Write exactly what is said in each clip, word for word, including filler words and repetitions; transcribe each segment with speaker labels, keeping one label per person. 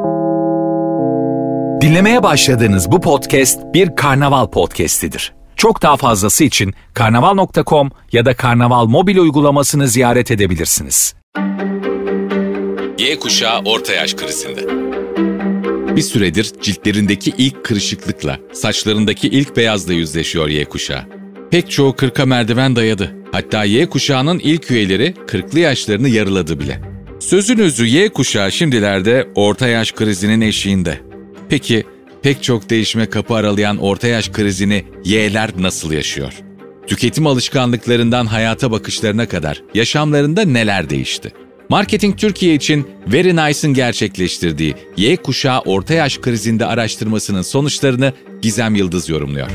Speaker 1: Dinlemeye başladığınız bu podcast bir karnaval podcastidir. Çok daha fazlası için karnaval nokta com ya da karnaval mobil uygulamasını ziyaret edebilirsiniz.
Speaker 2: Y kuşağı orta yaş krizinde. Bir süredir ciltlerindeki ilk kırışıklıkla, saçlarındaki ilk beyazla yüzleşiyor Y kuşağı. Pek çoğu kırka merdiven dayadı. Hatta Y kuşağının ilk üyeleri kırklı yaşlarını yarıladı bile. Sözün özü Y kuşağı şimdilerde orta yaş krizinin eşiğinde. Peki pek çok değişime kapı aralayan orta yaş krizini Y'ler nasıl yaşıyor? Tüketim alışkanlıklarından hayata bakışlarına kadar yaşamlarında neler değişti? Marketing Türkiye için Very Nice'ın gerçekleştirdiği Y kuşağı orta yaş krizinde araştırmasının sonuçlarını Gizem Yıldız yorumluyor.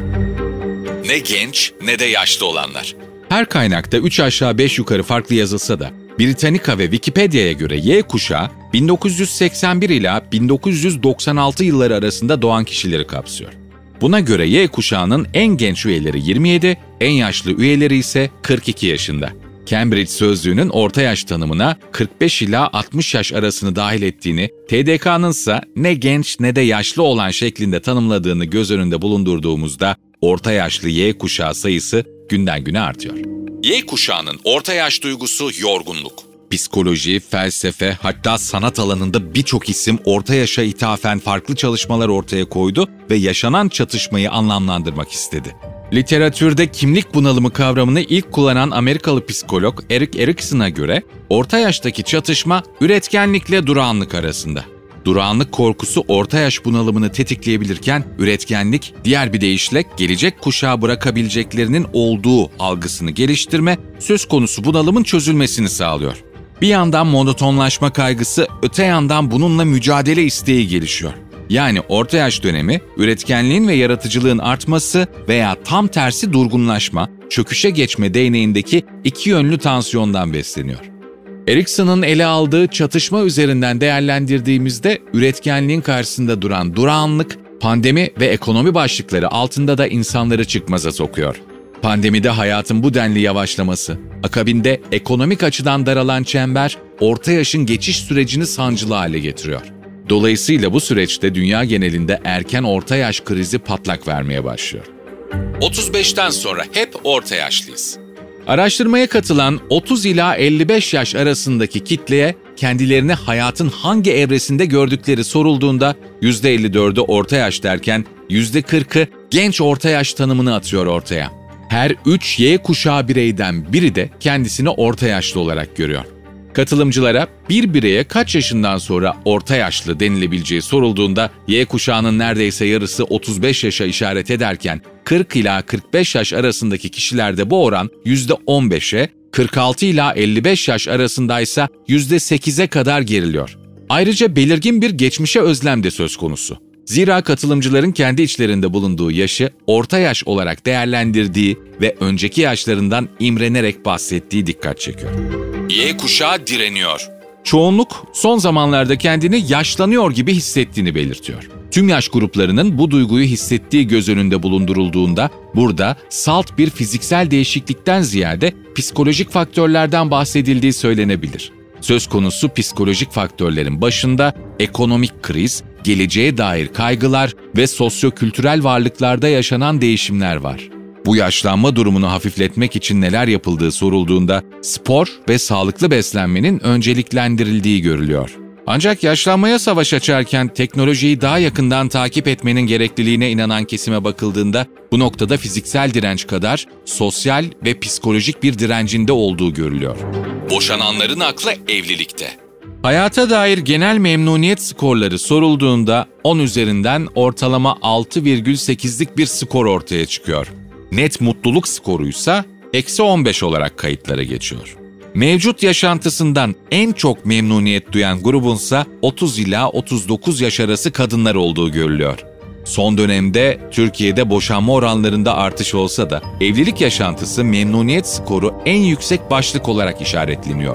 Speaker 2: Ne genç ne de yaşlı olanlar. Her kaynakta üç aşağı beş yukarı farklı yazılsa da Britannica ve Wikipedia'ya göre Y kuşağı bin dokuz yüz seksen bir ila bin dokuz yüz doksan altı yılları arasında doğan kişileri kapsıyor. Buna göre Y kuşağının en genç üyeleri yirmi yedi, en yaşlı üyeleri ise kırk iki yaşında. Cambridge Sözlüğü'nün orta yaş tanımına kırk beş ila altmış yaş arasını dahil ettiğini, T D K'nın ise ne genç ne de yaşlı olan şeklinde tanımladığını göz önünde bulundurduğumuzda orta yaşlı Y kuşağı sayısı günden güne artıyor. Y kuşağının orta yaş duygusu yorgunluk. Psikoloji, felsefe, hatta sanat alanında birçok isim orta yaşa ithafen farklı çalışmalar ortaya koydu ve yaşanan çatışmayı anlamlandırmak istedi. Literatürde kimlik bunalımı kavramını ilk kullanan Amerikalı psikolog Erik Erikson'a göre orta yaştaki çatışma üretkenlikle durağanlık arasında. Durağanlık korkusu orta yaş bunalımını tetikleyebilirken üretkenlik, diğer bir deyişle gelecek kuşağı bırakabileceklerinin olduğu algısını geliştirme, söz konusu bunalımın çözülmesini sağlıyor. Bir yandan monotonlaşma kaygısı, öte yandan bununla mücadele isteği gelişiyor. Yani orta yaş dönemi, üretkenliğin ve yaratıcılığın artması veya tam tersi durgunlaşma, çöküşe geçme değneğindeki iki yönlü tansiyondan besleniyor. Erikson'un ele aldığı çatışma üzerinden değerlendirdiğimizde üretkenliğin karşısında duran durağanlık, pandemi ve ekonomi başlıkları altında da insanları çıkmaza sokuyor. Pandemide hayatın bu denli yavaşlaması, akabinde ekonomik açıdan daralan çember, orta yaşın geçiş sürecini sancılı hale getiriyor. Dolayısıyla bu süreçte dünya genelinde erken orta yaş krizi patlak vermeye başlıyor. otuz beşten sonra hep orta yaşlıyız. Araştırmaya katılan otuz ila elli beş yaş arasındaki kitleye kendilerini hayatın hangi evresinde gördükleri sorulduğunda yüzde elli dördü orta yaş derken yüzde kırkı genç orta yaş tanımını atıyor ortaya. Her üç Y kuşağı bireyden biri de kendisini orta yaşlı olarak görüyor. Katılımcılara bir bireye kaç yaşından sonra orta yaşlı denilebileceği sorulduğunda Y kuşağının neredeyse yarısı otuz beş yaşa işaret ederken kırk ila kırk beş yaş arasındaki kişilerde bu oran yüzde on beşe, kırk altı ila elli beş yaş arasındaysa yüzde sekize kadar geriliyor. Ayrıca belirgin bir geçmişe özlem de söz konusu. Zira katılımcıların kendi içlerinde bulunduğu yaşı orta yaş olarak değerlendirdiği ve önceki yaşlarından imrenerek bahsettiği dikkat çekiyor. Y kuşağı direniyor. Çoğunluk son zamanlarda kendini yaşlanıyor gibi hissettiğini belirtiyor. Tüm yaş gruplarının bu duyguyu hissettiği göz önünde bulundurulduğunda burada salt bir fiziksel değişiklikten ziyade psikolojik faktörlerden bahsedildiği söylenebilir. Söz konusu psikolojik faktörlerin başında ekonomik kriz, geleceğe dair kaygılar ve sosyokültürel varlıklarda yaşanan değişimler var. Bu yaşlanma durumunu hafifletmek için neler yapıldığı sorulduğunda spor ve sağlıklı beslenmenin önceliklendirildiği görülüyor. Ancak yaşlanmaya savaş açarken teknolojiyi daha yakından takip etmenin gerekliliğine inanan kesime bakıldığında bu noktada fiziksel direnç kadar sosyal ve psikolojik bir direncinde olduğu görülüyor. Boşananların aklı evlilikte. Hayata dair genel memnuniyet skorları sorulduğunda on üzerinden ortalama altı virgül sekizlik bir skor ortaya çıkıyor. Net mutluluk skoruysa eksi on beş olarak kayıtlara geçiyor. Mevcut yaşantısından en çok memnuniyet duyan grubunsa otuz ila otuz dokuz yaş arası kadınlar olduğu görülüyor. Son dönemde Türkiye'de boşanma oranlarında artış olsa da evlilik yaşantısı memnuniyet skoru en yüksek başlık olarak işaretleniyor.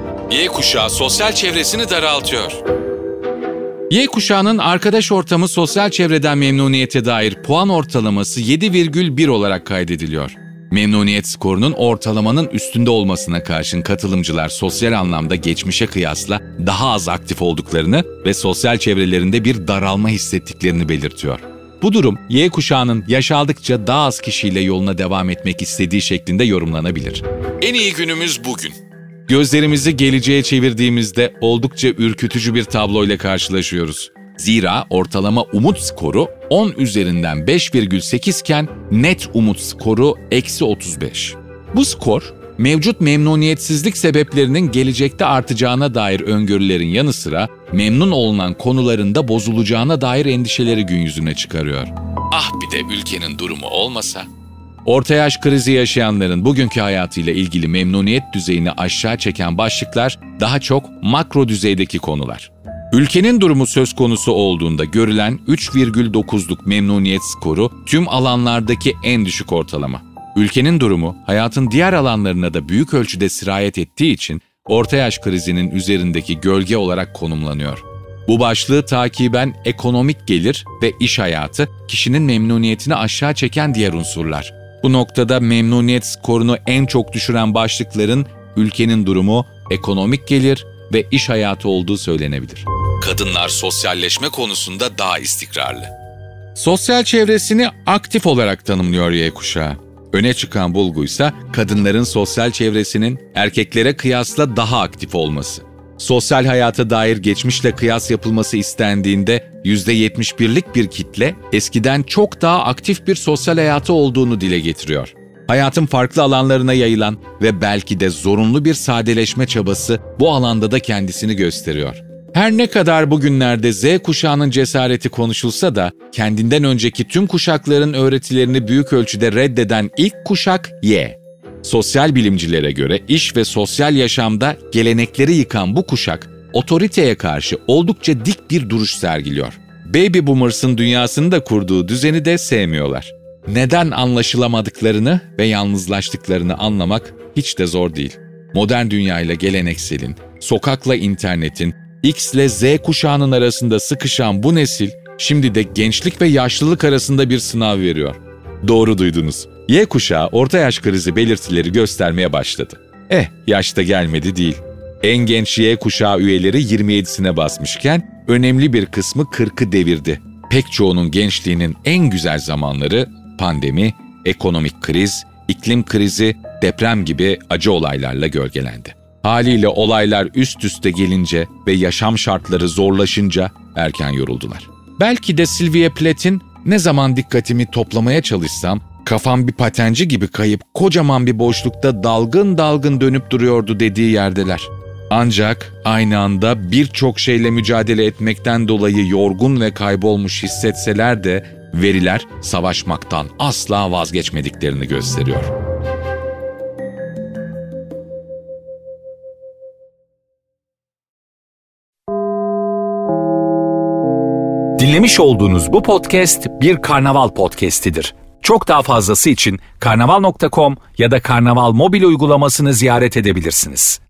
Speaker 2: Y kuşağı sosyal çevresini daraltıyor. Y kuşağının arkadaş ortamı sosyal çevreden memnuniyete dair puan ortalaması yedi virgül bir olarak kaydediliyor. Memnuniyet skorunun ortalamanın üstünde olmasına karşın katılımcılar sosyal anlamda geçmişe kıyasla daha az aktif olduklarını ve sosyal çevrelerinde bir daralma hissettiklerini belirtiyor. Bu durum Y kuşağının yaş aldıkça daha az kişiyle yoluna devam etmek istediği şeklinde yorumlanabilir. En iyi günümüz bugün. Gözlerimizi geleceğe çevirdiğimizde oldukça ürkütücü bir tabloyla karşılaşıyoruz. Zira ortalama umut skoru on üzerinden beş virgül sekiz iken net umut skoru eksi otuz beş. Bu skor, mevcut memnuniyetsizlik sebeplerinin gelecekte artacağına dair öngörülerin yanı sıra memnun olunan konularında bozulacağına dair endişeleri gün yüzüne çıkarıyor. Ah bir de ülkenin durumu olmasa? Orta yaş krizi yaşayanların bugünkü hayatıyla ilgili memnuniyet düzeyini aşağı çeken başlıklar daha çok makro düzeydeki konular. Ülkenin durumu söz konusu olduğunda görülen üç virgül dokuzluk memnuniyet skoru tüm alanlardaki en düşük ortalama. Ülkenin durumu hayatın diğer alanlarına da büyük ölçüde sirayet ettiği için orta yaş krizinin üzerindeki gölge olarak konumlanıyor. Bu başlığı takiben ekonomik gelir ve iş hayatı kişinin memnuniyetini aşağı çeken diğer unsurlar. Bu noktada memnuniyet skorunu en çok düşüren başlıkların ülkenin durumu, ekonomik gelir ve iş hayatı olduğu söylenebilir. Kadınlar sosyalleşme konusunda daha istikrarlı. Sosyal çevresini aktif olarak tanımlıyor Y kuşağı. Öne çıkan bulguysa kadınların sosyal çevresinin erkeklere kıyasla daha aktif olması. Sosyal hayata dair geçmişle kıyas yapılması istendiğinde yüzde yetmiş birlik bir kitle eskiden çok daha aktif bir sosyal hayatı olduğunu dile getiriyor. Hayatın farklı alanlarına yayılan ve belki de zorunlu bir sadeleşme çabası bu alanda da kendisini gösteriyor. Her ne kadar bugünlerde Z kuşağının cesareti konuşulsa da kendinden önceki tüm kuşakların öğretilerini büyük ölçüde reddeden ilk kuşak Y. Sosyal bilimcilere göre iş ve sosyal yaşamda gelenekleri yıkan bu kuşak otoriteye karşı oldukça dik bir duruş sergiliyor. Baby Boomers'ın dünyasını da kurduğu düzeni de sevmiyorlar. Neden anlaşılamadıklarını ve yalnızlaştıklarını anlamak hiç de zor değil. Modern dünyayla gelenekselin, sokakla internetin, X ile Z kuşağının arasında sıkışan bu nesil şimdi de gençlik ve yaşlılık arasında bir sınav veriyor. Doğru duydunuz. Y kuşağı orta yaş krizi belirtileri göstermeye başladı. Eh, yaşta gelmedi değil. En genç Y kuşağı üyeleri yirmi yedisine basmışken önemli bir kısmı kırkı devirdi. Pek çoğunun gençliğinin en güzel zamanları pandemi, ekonomik kriz, iklim krizi, deprem gibi acı olaylarla gölgelendi. Haliyle olaylar üst üste gelince ve yaşam şartları zorlaşınca erken yoruldular. Belki de Sylvia Plath'in ne zaman dikkatimi toplamaya çalışsam kafam bir patenci gibi kayıp kocaman bir boşlukta dalgın dalgın dönüp duruyordu dediği yerdeler. Ancak aynı anda birçok şeyle mücadele etmekten dolayı yorgun ve kaybolmuş hissetseler de veriler savaşmaktan asla vazgeçmediklerini gösteriyor.
Speaker 1: Dinlemiş olduğunuz bu podcast bir Karnaval podcastidir. Çok daha fazlası için karnaval nokta com ya da Karnaval mobil uygulamasını ziyaret edebilirsiniz.